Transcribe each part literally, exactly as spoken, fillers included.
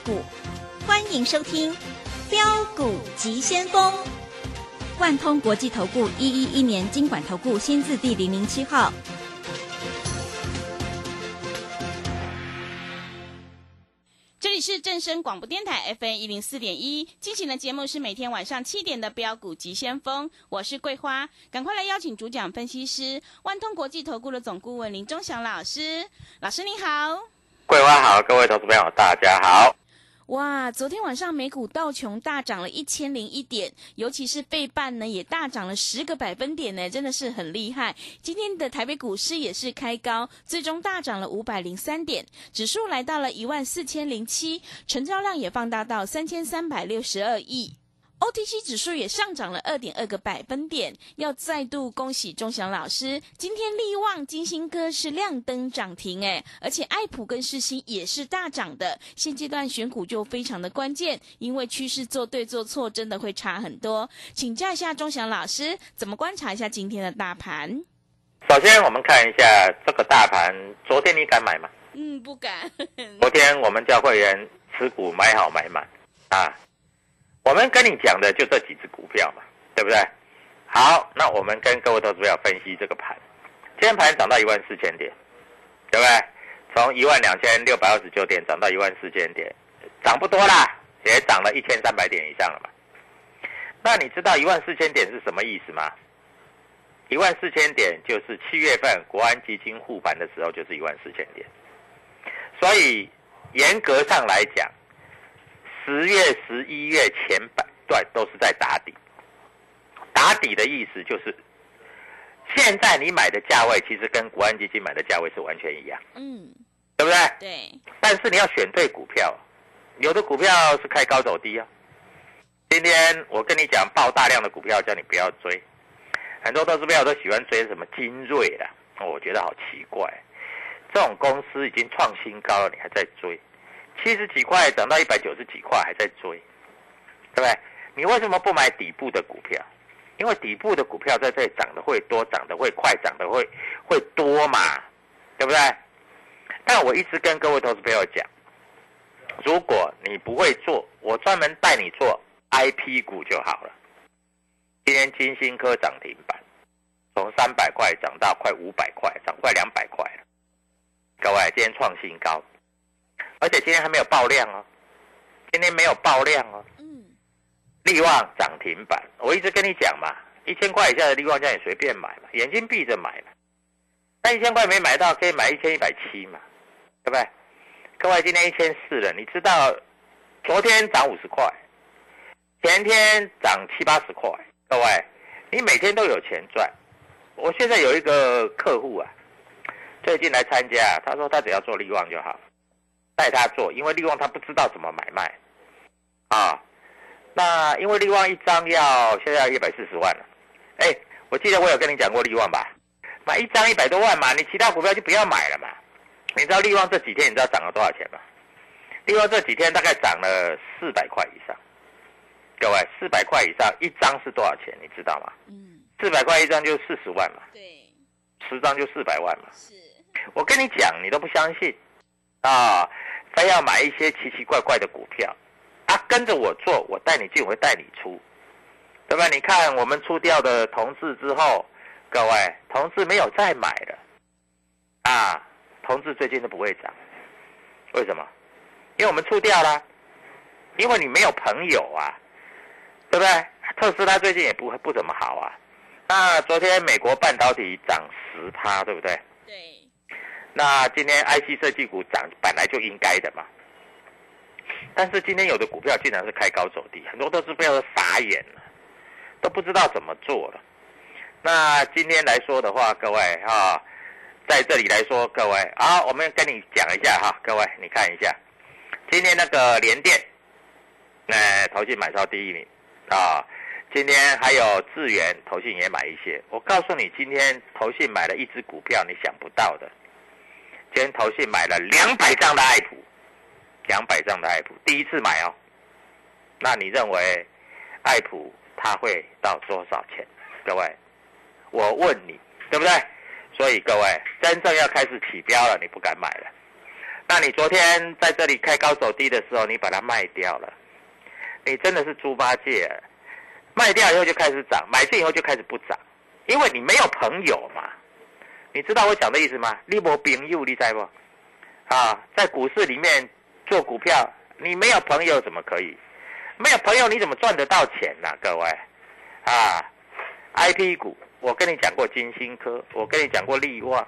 股，欢迎收听标股急先锋。万通国际投顾一一一年金管投顾新字第零零七号。 这里是正声广播电台 F M 一零四点一，进行的节目是每天晚上七点的标股急先锋，我是桂花，赶快来邀请主讲分析师万通国际投顾的总顾问林钟祥老师，老师你好。 桂花好，各位投资朋友大家好。 哇，昨天晚上美股道琼大涨了一千零一点，尤其是费半呢也大涨了十个百分点呢，真的是很厉害。今天的台北股市也是开高，最终大涨了五百零三点，指数来到了一万四千零七，成交量也放大到三千三百六十二亿。O T C 指数也上涨了 二点二 个百分点，要再度恭喜钟祥老师，今天力旺、金星科是亮灯涨停诶，而且爱普跟世新也是大涨的。现阶段选股就非常的关键，因为趋势做对做错真的会差很多。请教一下钟祥老师，怎么观察一下今天的大盘？ 首先我们看一下这个大盘，昨天你敢买吗？ 嗯，不敢。 昨天我们叫会员持股买好买满啊。我们跟你讲的就这几只股票嘛，对不对？好，那我们跟各位投资者分析这个盘。今天盘涨到一万四千点，对不对？从一万两千六百二十九点涨到一万四千点，涨不多啦，也涨了一千三百点以上了嘛。那你知道一万四千点是什么意思吗？一万四千点就是七月份国安基金护盘的时候就是一万四千点。所以严格上来讲，十月、十一月前半段都是在打底。打底的意思就是，现在你买的价位其实跟国安基金买的价位是完全一样，嗯，对不对？ 对。但是你要选对股票，有的股票是开高走低啊。今天我跟你讲，爆大量的股票叫你不要追，很多投资朋友都喜欢追什么精锐啦，我觉得好奇怪，这种公司已经创新高了，你还在追？七十几块涨到一百九十几块还在追，对不对？你为什么不买底部的股票？因为底部的股票在这里涨得会多，涨得会快，涨得会会多嘛，对不对？但我一直跟各位投资朋友讲，如果你不会做，我专门带你做 I P 股就好了。今天金星科涨停板，从三百块涨到快五百块，涨快两百块了。各位，今天创新高。而且今天还没有爆量哦，今天没有爆量哦。嗯，力旺涨停板，我一直跟你讲嘛，一千块以下的力旺叫你随便买嘛，眼睛闭着买嘛。那一千块没买到，可以买一千一百七嘛，对不对？各位，今天一千四了，你知道昨天涨五十块，前天涨七八十块，各位，你每天都有钱赚。我现在有一个客户啊，最近来参加，他说他只要做力旺就好。带他做，因为力旺他不知道怎么买卖啊。那因为力旺一张要现在要一百四十万了，哎，我记得我有跟你讲过力旺吧？买一张一百多万嘛，你其他股票就不要买了嘛。你知道力旺这几天你知道涨了多少钱吗？力旺这几天大概涨了四百块以上。各位，四百块以上一张是多少钱？你知道吗？嗯，四百块一张就四十万嘛。 对， 十张就四百万嘛。 是， 我跟你讲，你都不相信。啊，非要买一些奇奇怪怪的股票啊，跟着我做，我带你进，我会带你出，对吧？你看我们出掉的同志之后，各位，同志没有再买了啊，同志最近都不会涨，为什么？因为我们出掉了，因为你没有朋友啊，对不对？特斯拉最近也不不怎么好啊。那昨天美国半导体涨 百分之十， 对不对？ 对。 那今天 I C 设计股涨本来就应该的嘛，但是今天有的股票竟然是开高走低，很多都是被都傻眼了，都不知道怎么做了。那今天来说的话，各位啊，在这里来说，各位啊，我们跟你讲一下哈，各位你看一下，今天那个联电，呃，投信买超第一名啊，今天还有智原，投信也买一些。我告诉你，今天投信买了一只股票，你想不到的。今天投信买了两百张的爱普，两百张的爱普，第一次买哦。那你认为爱普它会到多少钱？各位，我问你，对不对？所以各位，真正要开始起标了，你不敢买了。 那你昨天在这里开高走低的时候，你把它卖掉了，你真的是猪八戒，卖掉以后就开始涨，买进以后就开始不涨，因为你没有朋友嘛。你知道我讲的意思吗？你没朋友，你知不？啊，在股市里面做股票，你没有朋友怎么可以？没有朋友你怎么赚得到钱呢、啊？各位，啊 ，I P 股，我跟你讲过金星科，我跟你讲过力旺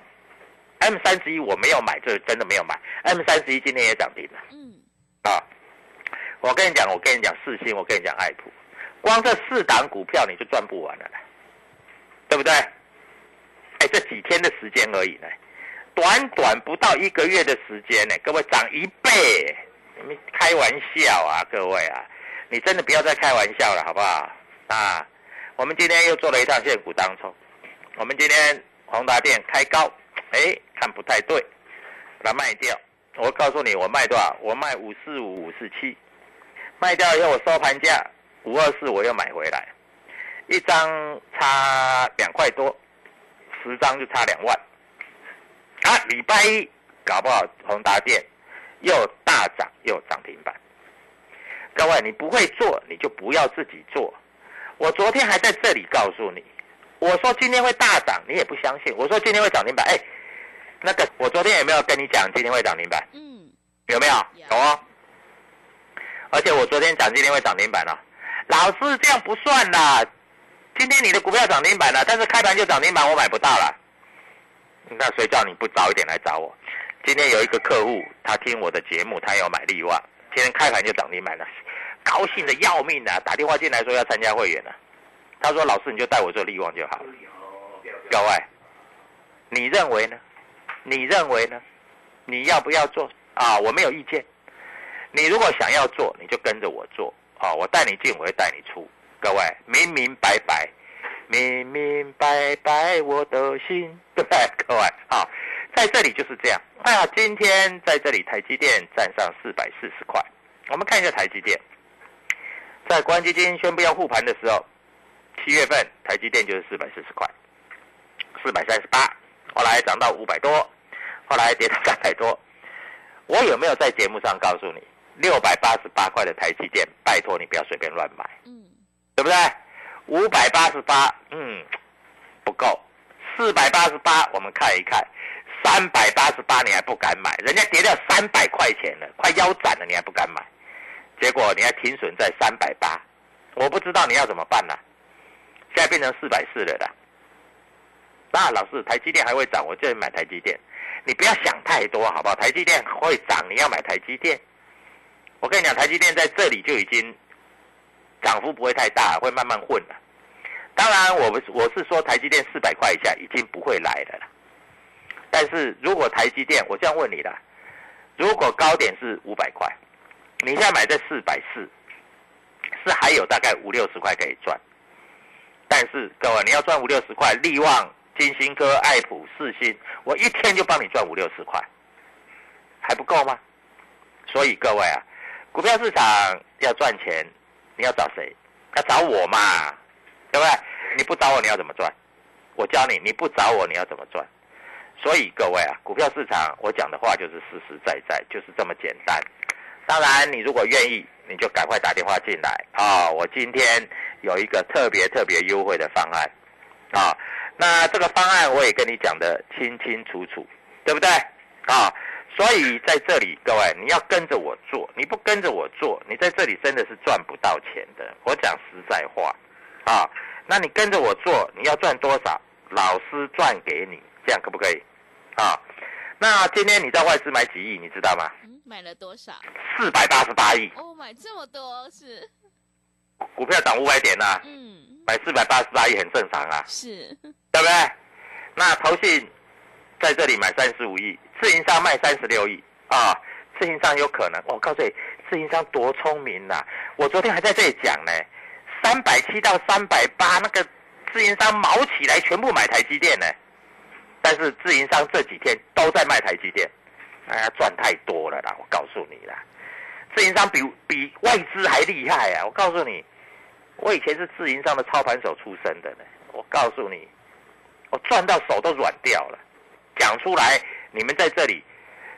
，M 三十一我没有买，这真的没有买 ，M 三十一今天也涨停了。嗯，啊，我跟你讲，我跟你讲世芯，我跟你讲爱普，光这四档股票你就赚不完了，对不对？哎，这几天的时间而已呢。短短不到一个月的时间呢，各位涨一倍，你们开玩笑啊，各位啊，你真的不要再开玩笑了，好不好？啊，我们今天又做了一趟现股当冲，我们今天宏达电开高，哎，看不太对，把它卖掉。我告诉你，我卖多少？我卖五四五、五四七，卖掉以后我收盘价五二四，我又买回来，一张差两块多，十张就差两万。啊，礼拜一搞不好宏达电又大涨又涨停板。各位，你不会做你就不要自己做。我昨天还在这里告诉你，我说今天会大涨，你也不相信。我说今天会涨停板，哎，那个我昨天有没有跟你讲今天会涨停板？嗯，有没有？有哦。而且我昨天讲今天会涨停板了、哦，老师这样不算啦。今天你的股票涨停板了，但是开盘就涨停板，我买不到了。那谁叫你不早一点来找我？今天有一个客户，他听我的节目，他要买力旺，今天开盘就涨停板了，高兴的要命啊！打电话进来说要参加会员了。他说：“老师，你就带我做力旺就好了。”各位，你认为呢？你认为呢？你要不要做啊？我没有意见。你如果想要做，你就跟着我做啊！我带你进，我会带你出。各位，明明白白。明明白白我的心，对不对？各位啊，在这里就是这样。哎呀，今天在这里台积电站上四百四十块。我们看一下台积电，在国安基金宣布要护盘的时候，七月份台积电就是四百四十块，四百三十八，后来涨到五百多，后来跌到三百多。我有没有在节目上告诉你，六百八十八块的台积电，拜托你不要随便乱买，嗯，对不对？五百八十八，嗯，不够。四百八十八，我们看一看。三百八十八，你还不敢买？人家跌掉三百块钱了，快腰斩了，你还不敢买？结果你还停损在三百八，我不知道你要怎么办呢、啊？现在变成四百四了啦。那老师，台积电还会涨，我就买台积电。你不要想太多，好不好？台积电会涨，你要买台积电。我跟你讲，台积电在这里就已经。涨幅不会太大，会慢慢混了。当然我，我我是说台积电四百块以下已经不会来了啦。但是如果台积电，我这样问你啦，如果高点是五百块，你现在买在四百四，是还有大概五六十块可以赚。但是各位，你要赚五六十块，力旺、金星科、爱普、世芯，我一天就帮你赚五六十块，还不够吗？所以各位啊，股票市场要赚钱。你要找谁？要找我嘛，对不对？你不找我，你要怎么赚？我教你，你不找我，你要怎么赚？所以各位啊，股票市场我讲的话就是实实在在，就是这么简单。当然，你如果愿意，你就赶快打电话进来啊、哦！我今天有一个特别特别优惠的方案啊、哦，那这个方案我也跟你讲的清清楚楚，对不对？啊、哦。所以在这里，各位，你要跟着我做，你不跟着我做，你在这里真的是赚不到钱的。我讲实在话，啊，那你跟着我做，你要赚多少，老师赚给你，这样可不可以？啊，那今天你在外资买几亿，你知道吗？ 嗯，买了多少？ 四百八十八亿。 哦，买这么多是？ 股票涨五百点啊，嗯，买四百八十八亿很正常啊， 是， 对不对？那投信在这里买三十五亿。自营商卖三十六亿啊！自营商有可能，我告诉你，自营商多聪明呐、啊！我昨天还在这里讲呢，三百七到三百八，那个自营商毛起来全部买台积电呢。但是自营商这几天都在卖台积电，哎呀，赚太多了啦！我告诉你啦，自营商比比外资还厉害啊！我告诉你，我以前是自营商的操盘手出身的呢。我告诉你，我赚到手都软掉了，讲出来。你们在这里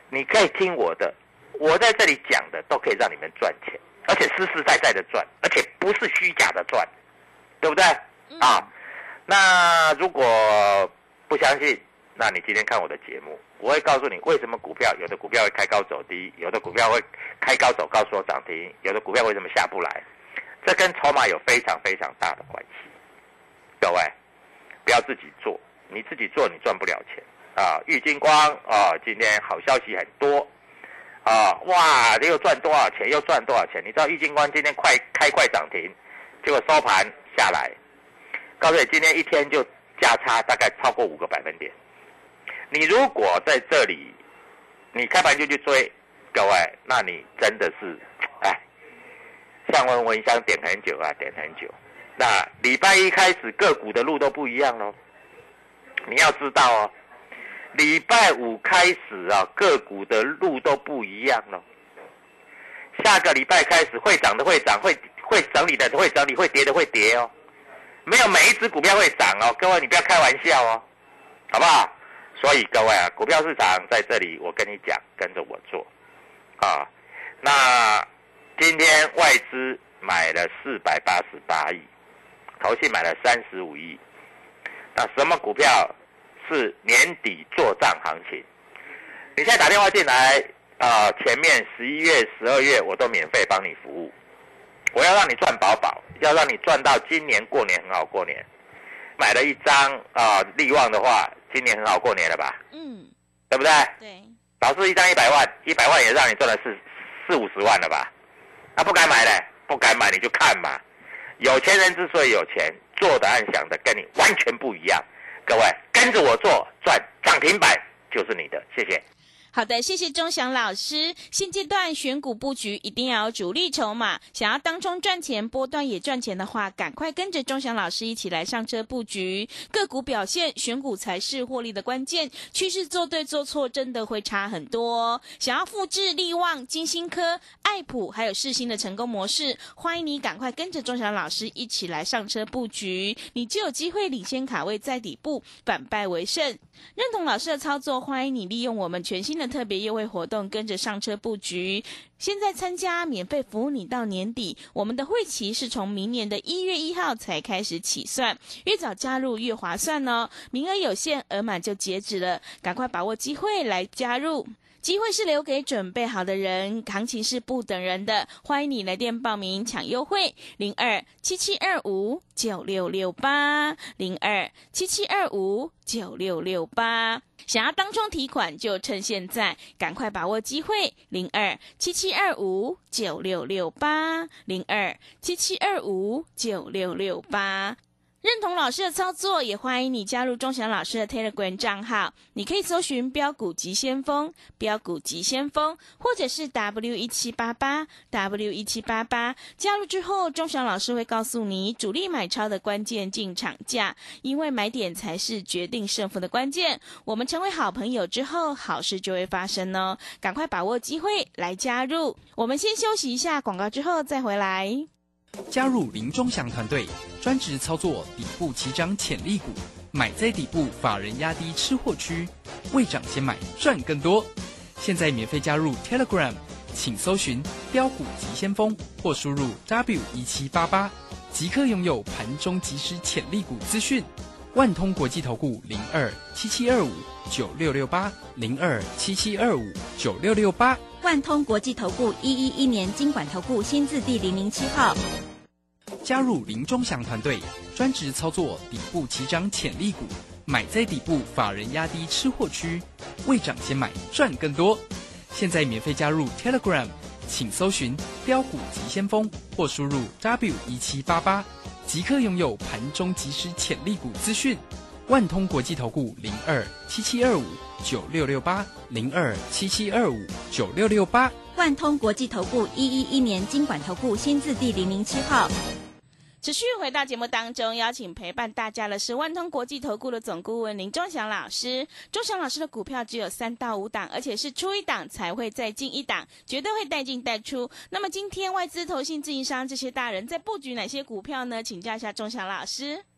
你可以听我的，我在这里讲的都可以让你们赚钱，而且实实在在的赚，而且不是虚假的赚，对不对？嗯、啊，那如果不相信，那你今天看我的节目，我会告诉你为什么股票有的股票会开高走低，有的股票会开高走高说涨停，有的股票为什么下不来，这跟筹码有非常非常大的关系。各位，不要自己做，你自己做你赚不了钱啊！玉晶光啊，今天好消息很多啊！哇，又赚多少钱？又赚多少钱？你知道玉晶光今天快开快涨停，结果收盘下来，告诉你今天一天就价差大概超过五个百分点。你如果在这里，你开盘就去追，各位，那你真的是，哎，像闻闻香点很久啊，点很久。那礼拜一开始个股的路都不一样咯，你要知道哦，礼拜五开始啊，个股的路都不一样咯。下个礼拜开始会涨的会涨，会会整理的会整理，会跌的会跌哦。没有每一只股票会涨哦，各位你不要开玩笑哦，好不好？所以各位啊，股票市场在这里，我跟你讲，跟着我做啊。那今天外资买了四百八十八亿。投信买了三十五亿，那什么股票是年底做账行情？你现在打电话进来啊、呃，前面十一月、十二月我都免费帮你服务，我要让你赚饱饱，要让你赚到今年过年很好过年。买了一张啊、呃、力旺的话，今年很好过年了吧？嗯，对不对？ 对。 老师一张一百万，一百万也让你赚了四四五十万了吧？那、啊、不敢买嘞，不敢买你就看嘛。有钱人之所以有钱，做的和想的跟你完全不一样。各位跟着我做，赚涨停板就是你的，谢谢。 好的，谢谢钟祥老师。现阶段选股布局一定要有主力筹码，想要当中赚钱，波段也赚钱的话，赶快跟着钟祥老师一起来上车布局。个股表现，选股才是获利的关键，趋势做对做错真的会差很多。想要复制力旺、金星科、爱普还有世新的成功模式，欢迎你赶快跟着钟祥老师一起来上车布局，你就有机会领先卡位在底部，反败为胜。认同老师的操作，欢迎你利用我们全新的特别优惠活动，跟着上车布局。现在参加免费服务你到年底，我们的会期是从明年的一月一号才开始起算，越早加入越划算哦。名额有限，额满就截止了，赶快把握机会来加入。机会是留给准备好的人，行情是不等人的，欢迎你来电报名抢优惠，零二七七二五九六六八，零二七七二五九六六八。想要当冲提款就趁现在，赶快把握机会，零二七七二五九六六八，零二七七二五九六六八。认同老师的操作，也欢迎你加入钟祥老师的 Telegram 账号，你可以搜寻标股急先锋、标股急先锋，或者是 W 一七八八 W 一七八八。加入之后，钟祥老师会告诉你主力买超的关键进场价，因为买点才是决定胜负的关键。我们成为好朋友之后，好事就会发生哦，赶快把握机会来加入。我们先休息一下广告，之后再回来。 加入林钟祥团队，专职操作底部起涨潜力股，买在底部，法人压低吃货区，未涨先买赚更多。现在免费加入 Telegram， 请搜寻标股急先锋或输入 W 一七八八，即刻拥有盘中即时潜力股资讯。万通国际投顾零二七七二五九六六八零二七七二五九六六八。 万通国际投顾一一一年金管投顾新字第零零七号。 加入林钟祥团队，专职操作底部起涨潜力股，买在底部，法人压低吃货区，未涨先买赚更多。现在免费加入 Telegram， 请搜寻标股急先锋或输入 W 一七八八，即刻拥有盘中即时潜力股资讯。万通国际投顾零二七七二五九六六八零二七七二五九六六八。 万通国际投顾一一一年金管投顾新字第零零七号。 持续回到节目当中，邀请陪伴大家的是万通国际投顾的总顾问林钟祥老师。钟祥老师的股票只有三到五档，而且是出一档才会再进一档，绝对会带进带出。那么今天外资、投信、自营商这些大人在布局哪些股票呢？请教一下钟祥老师。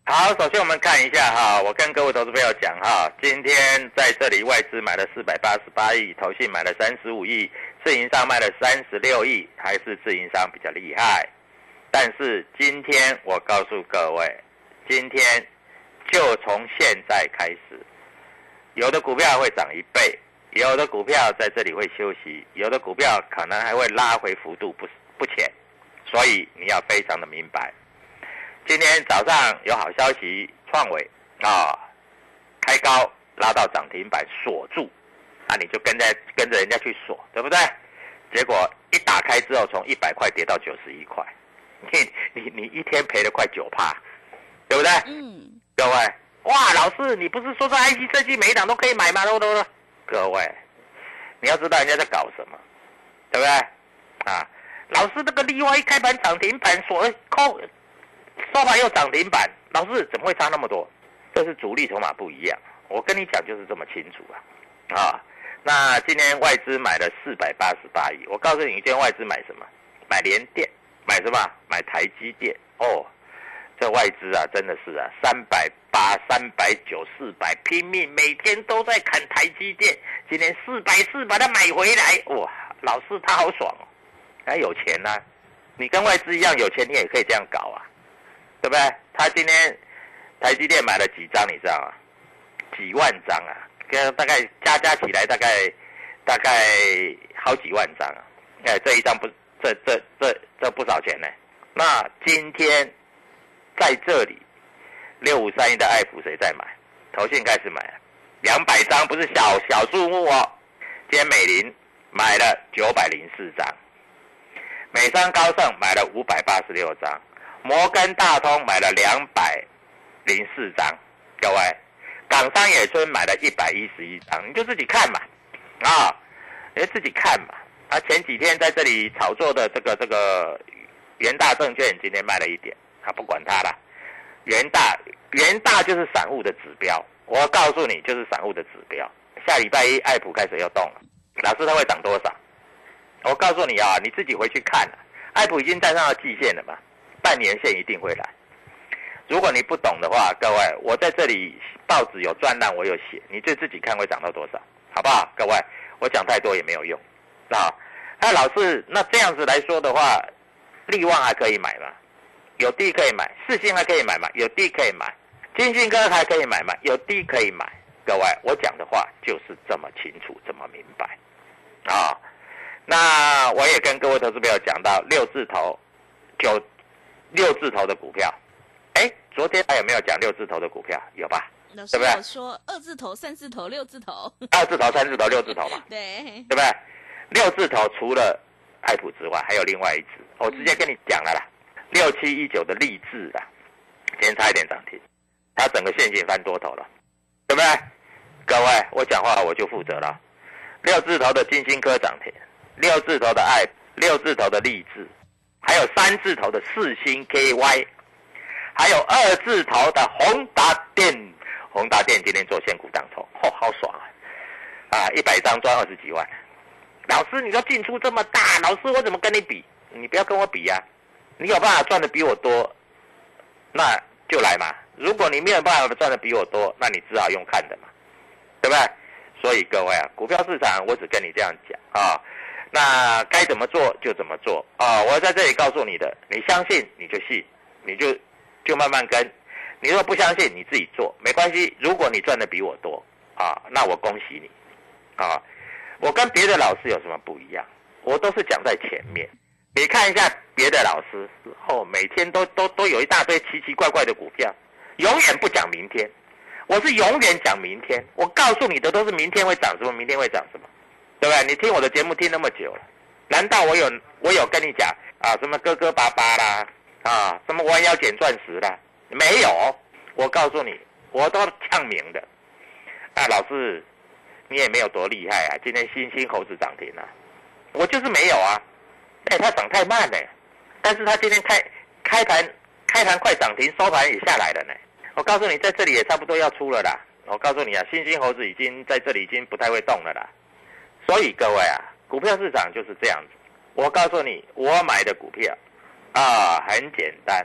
好，首先我们看一下哈，我跟各位投资朋友讲哈，今天在这里外资买了四百八十八亿，投信买了三十五亿，自营商卖了三十六亿，还是自营商比较厉害。但是今天我告诉各位，今天就从现在开始，有的股票会涨一倍，有的股票在这里会休息，有的股票可能还会拉回幅度不不浅，所以你要非常的明白。今天早上有好消息，创伟啊开高拉到涨停板锁住，啊你就跟着跟着人家去锁，对不对？结果一打开之后，从一百块跌到九十一块，你你你一天赔了快九趴，对不对？嗯。各位，哇，老师，你不是说在 I C 设计每一档都可以买吗？对不对？各位，你要知道人家在搞什么，对不对？啊，老师那个例外一开盘涨停板锁扣。收盘又涨停板，老师怎么会差那么多？这是主力筹码不一样，我跟你讲就是这么清楚啊！啊，那今天外资买了四百八十八亿，我告诉你，今天外资买什么？买联电，买什么？买台积电。哦，这外资啊，真的是啊，三百八、三百九、四百，拼命每天都在砍台积电，今天四百四把它买回来，哇，老师他好爽哦，他有钱呐、啊！你跟外资一样有钱，你也可以这样搞啊。对不对？他今天台积电买了几张，你知道吗？几万张啊，跟大概加加起来大概大概好几万张啊。哎，这一张不，这这这这不少钱呢。那今天在这里六五三一的爱普谁在买？投信开始买了，两百张，不是小小数目哦。今天美林买了九百零四张，美商高盛买了五百八十六张。摩根大通买了两百零四张，各位，港商野村买了一百一十一张，你就自己看嘛，啊，你就自己看嘛。啊，前几天在这里炒作的这个这个元大证券今天卖了一点，啊，不管它了。元大元大就是散户的指标，我告诉你就是散户的指标。下礼拜一爱普开始要动了，老师它会涨多少？我告诉你啊，你自己回去看了，爱普已经站上了季线了嘛。半年线一定会来。如果你不懂的话，各位，我在这里报纸有专栏，我有写，你就自己看会涨到多少，好不好？各位，我讲太多也没有用。啊，那老师，那这样子来说的话，力旺还可以买吗？有低可以买，世信还可以买吗？有低可以买，金信科还可以买吗？有低可以买。各位，我讲的话就是这么清楚，这么明白。啊，那我也跟各位投资朋友讲到六字头九。六字头的股票，哎，昨天还有没有讲六字头的股票？有吧？ 老师有说二字头、三字头、六字头。 二字头、三字头、六字头嘛。 对， 对不对？六字头除了爱普之外，还有另外一只，我直接跟你讲了啦。六七一九的励志啦，今天差一点涨停，它整个线型翻多头了，对不对？各位，我讲话我就负责了。六字头的金星科涨停，六字头的爱，六字头的励志。还有三字头的四星 K Y， 还有二字头的宏达电，宏达电今天做现股当冲，哦，好爽啊！啊，一百张赚二十几万。老师，你说进出这么大，老师我怎么跟你比？你不要跟我比呀、啊，你有办法赚的比我多，那就来嘛。如果你没有办法赚的比我多，那你只好用看的嘛，对不对？所以各位啊，股票市场我只跟你这样讲啊。那该怎么做就怎么做啊！我在这里告诉你的，你相信你就信，你就就慢慢跟。你如果不相信，你自己做没关系。如果你赚的比我多啊，那我恭喜你啊！我跟别的老师有什么不一样？我都是讲在前面。你看一下别的老师，哦，每天都都都有一大堆奇奇怪怪的股票，永远不讲明天。我是永远讲明天，我告诉你的都是明天会涨什么，明天会涨什么。对不对？你听我的节目听那么久了，难道我有我有跟你讲啊什么哥哥巴巴啦啊什么弯腰捡钻石啦？没有，我告诉你，我都呛明的。啊，老师，你也没有多厉害啊！今天新兴猴子涨停了、啊，我就是没有啊。哎，它涨太慢了，但是它今天开开盘开盘快涨停，收盘也下来了呢。我告诉你，在这里也差不多要出了啦。我告诉你啊，新兴猴子已经在这里已经不太会动了啦。所以各位啊，股票市场就是这样子。我告诉你，我买的股票啊很简单，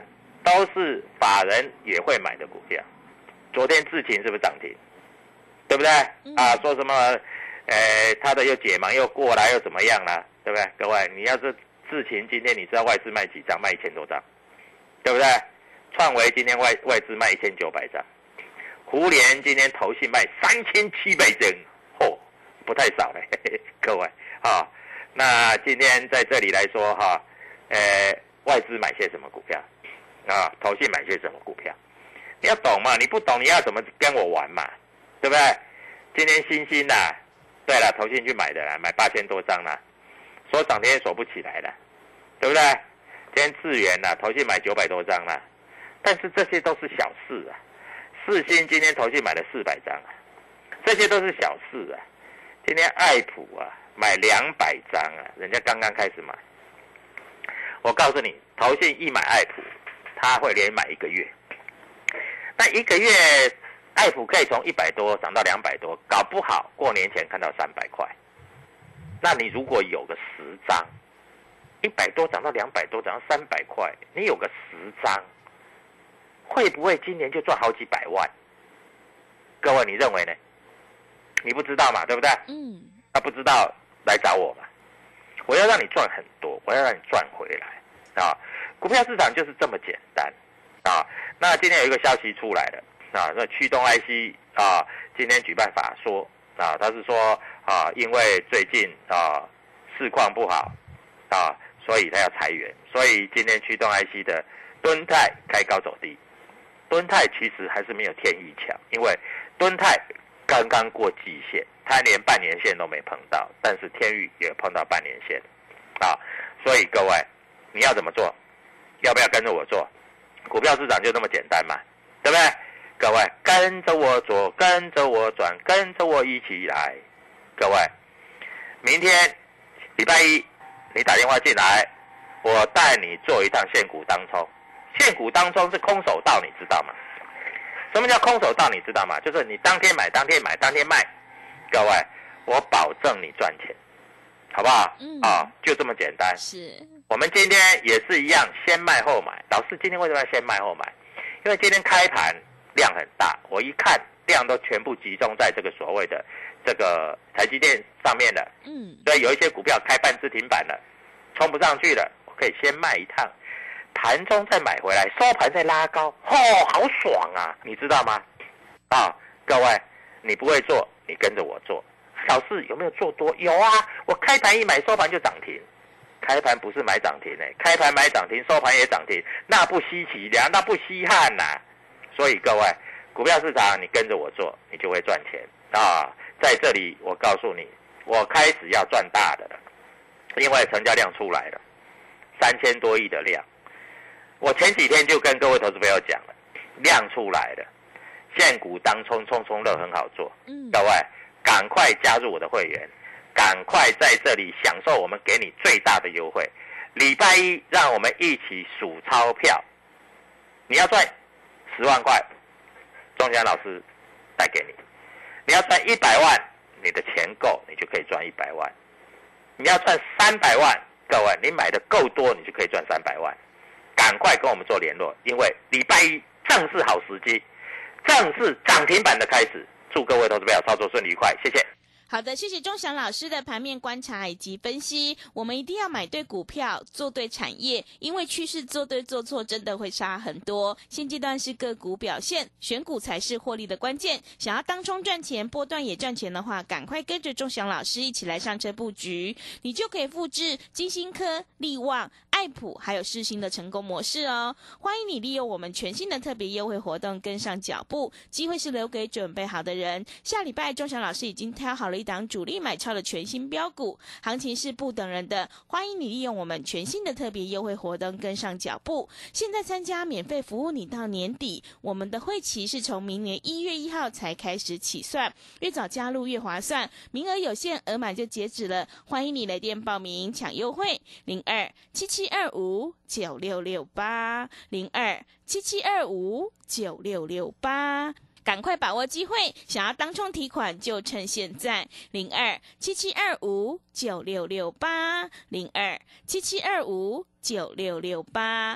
都是法人也会买的股票。昨天智勤是不是涨停？对不对？嗯、啊，说什么？呃，他的又解盲又过来又怎么样了？对不对？各位，你要是智勤今天你知道外资卖几张？卖一千多张，对不对？创维今天外外资卖一千九百张，胡联今天投信卖三千七百张，嚯、哦，不太少嘞，嘿嘿各位啊。那今天在这里来说哈，呃，外资买些什么股票啊？投信买些什么股票？你要懂嘛？你不懂，你要怎么跟我玩嘛？对不对？今天星星呐、啊，对了，投信去买的啦，买八千多张啦，说涨停也锁不起来了，对不对？今天智原呐、啊，投信买九百多张啦，但是这些都是小事啊。世新今天投信买了四百张啊，这些都是小事啊。今天爱普啊买两百张啊，人家刚刚开始买。我告诉你，投信一买爱普，他会连买一个月。那一个月，爱普可以从一百多涨到两百多，搞不好过年前看到三百块。那你如果有个十张，一百多涨到两百多，涨到三百块，你有个十张，会不会今年就赚好几百万？各位，你认为呢？你不知道嘛，对不对？嗯。那不知道来找我嘛，我要让你赚很多，我要让你赚回来啊！股票市场就是这么简单啊！那今天有一个消息出来了啊，那驱动 I C 啊，今天举办法说啊，他是说啊，因为最近啊市况不好啊，所以他要裁员，所以今天驱动 I C 的敦泰开高走低。敦泰其实还是没有天宇强，因为敦泰刚刚过季线，它连半年线都没碰到，但是天宇也碰到半年线啊，所以各位你要怎么做？要不要跟着我做？股票市场就这么简单嘛，对不对？各位跟着我做，跟着我转，跟着我一起来。各位，明天礼拜一你打电话进来，我带你做一趟现股当冲。现股当冲是空手道，你知道吗？什么叫空手道？你知道吗？就是你当天买，当天买，当天卖。各位，我保证你赚钱，好不好？嗯。啊、哦，就这么简单。 是。 我们今天也是一样，先卖后买。老师今天为什么要先卖后买？因为今天开盘量很大，我一看量都全部集中在这个所谓的这个台积电上面了。嗯。所以有一些股票开半只停板了，冲不上去了，我可以先卖一趟。盘中再买回来，收盘再拉高，哦，好爽啊！你知道吗？啊，各位，你不会做，你跟着我做。老师有没有做多？有啊，我开盘一买，收盘就涨停。开盘不是买涨停哎，开盘买涨停，收盘也涨停，那不稀奇的，那不稀罕呐、啊。所以各位，股票市场你跟着我做，你就会赚钱啊！在这里，我告诉你，我开始要赚大的了，因为成交量出来了，三千多亿的量。我前几天就跟各位投资朋友讲了，量出来了，现股当冲冲冲乐很好做，嗯，各位赶快加入我的会员，赶快在这里享受我们给你最大的优惠。礼拜一让我们一起数钞票，你要赚十万块，钟祥老师带给你；你要赚一百万，你的钱够，你就可以赚一百万；你要赚三百万，各位你买的够多，你就可以赚三百万。赶快跟我们做联络，因为礼拜一正是好时机，正是涨停板的开始。祝各位投资朋友操作顺利愉快，谢谢。 好的，谢谢钟祥老师的盘面观察以及分析。我们一定要买对股票，做对产业，因为趋势做对做错真的会差很多。现阶段是个股表现，选股才是获利的关键。想要当冲赚钱，波段也赚钱的话，赶快跟着钟祥老师一起来上车布局，你就可以复制金星科、力旺、爱普还有世新的成功模式哦。欢迎你利用我们全新的特别优惠活动跟上脚步，机会是留给准备好的人。下礼拜钟祥老师已经挑好了一档主力买超的全新标股，行情是不等人的，欢迎你利用我们全新的特别优惠活动跟上脚步。现在参加免费服务你到年底，我们的会期是从明年一月一号才开始起算，越早加入越划算，名额有限，额满就截止了，欢迎你来电报名抢优惠，零二七七二五九六六八零二七七二五九六六八。赶快把握机会，想要当冲提款就趁现在，零二七七二五九六六八零二七七二五九六六八。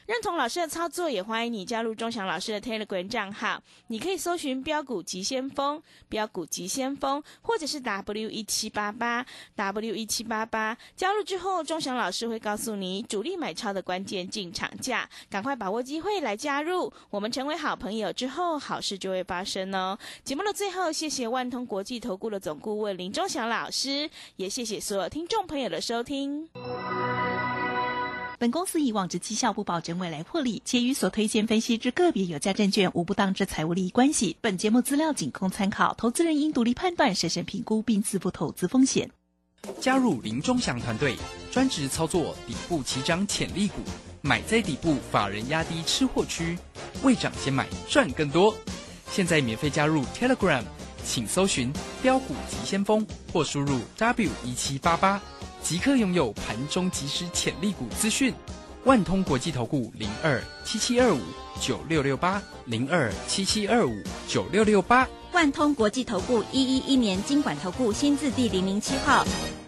认同老师的操作，也欢迎你加入钟祥老师的 Telegram 账号，你可以搜寻标股急先锋、标股急先锋，或者是 W 一七八八 W 一七八八。加入之后，钟祥老师会告诉你主力买超的关键进场价，赶快把握机会来加入。我们成为好朋友之后，好事就会发生哦。节目的最后，谢谢万通国际投顾的总顾问林钟祥老师，也谢谢所有听众朋友的收听。 本公司以往之绩效不保证未来获利，且与所推荐分析之个别有价证券无不当之财务利益关系。本节目资料仅供参考，投资人应独立判断、审慎评估并自负投资风险。 加入林钟祥团队，专职操作底部起涨潜力股，买在底部，法人压低吃货区，未涨先买赚更多。现在免费加入 Telegram， 请搜寻标股急先锋或输入 W 一七八八。即刻拥有盘中即时潜力股资讯。万通国际投顾零二七七二五九六六八零二七七二五九六六八。 万通国际投顾一一一年金管投顾新字第零零七号。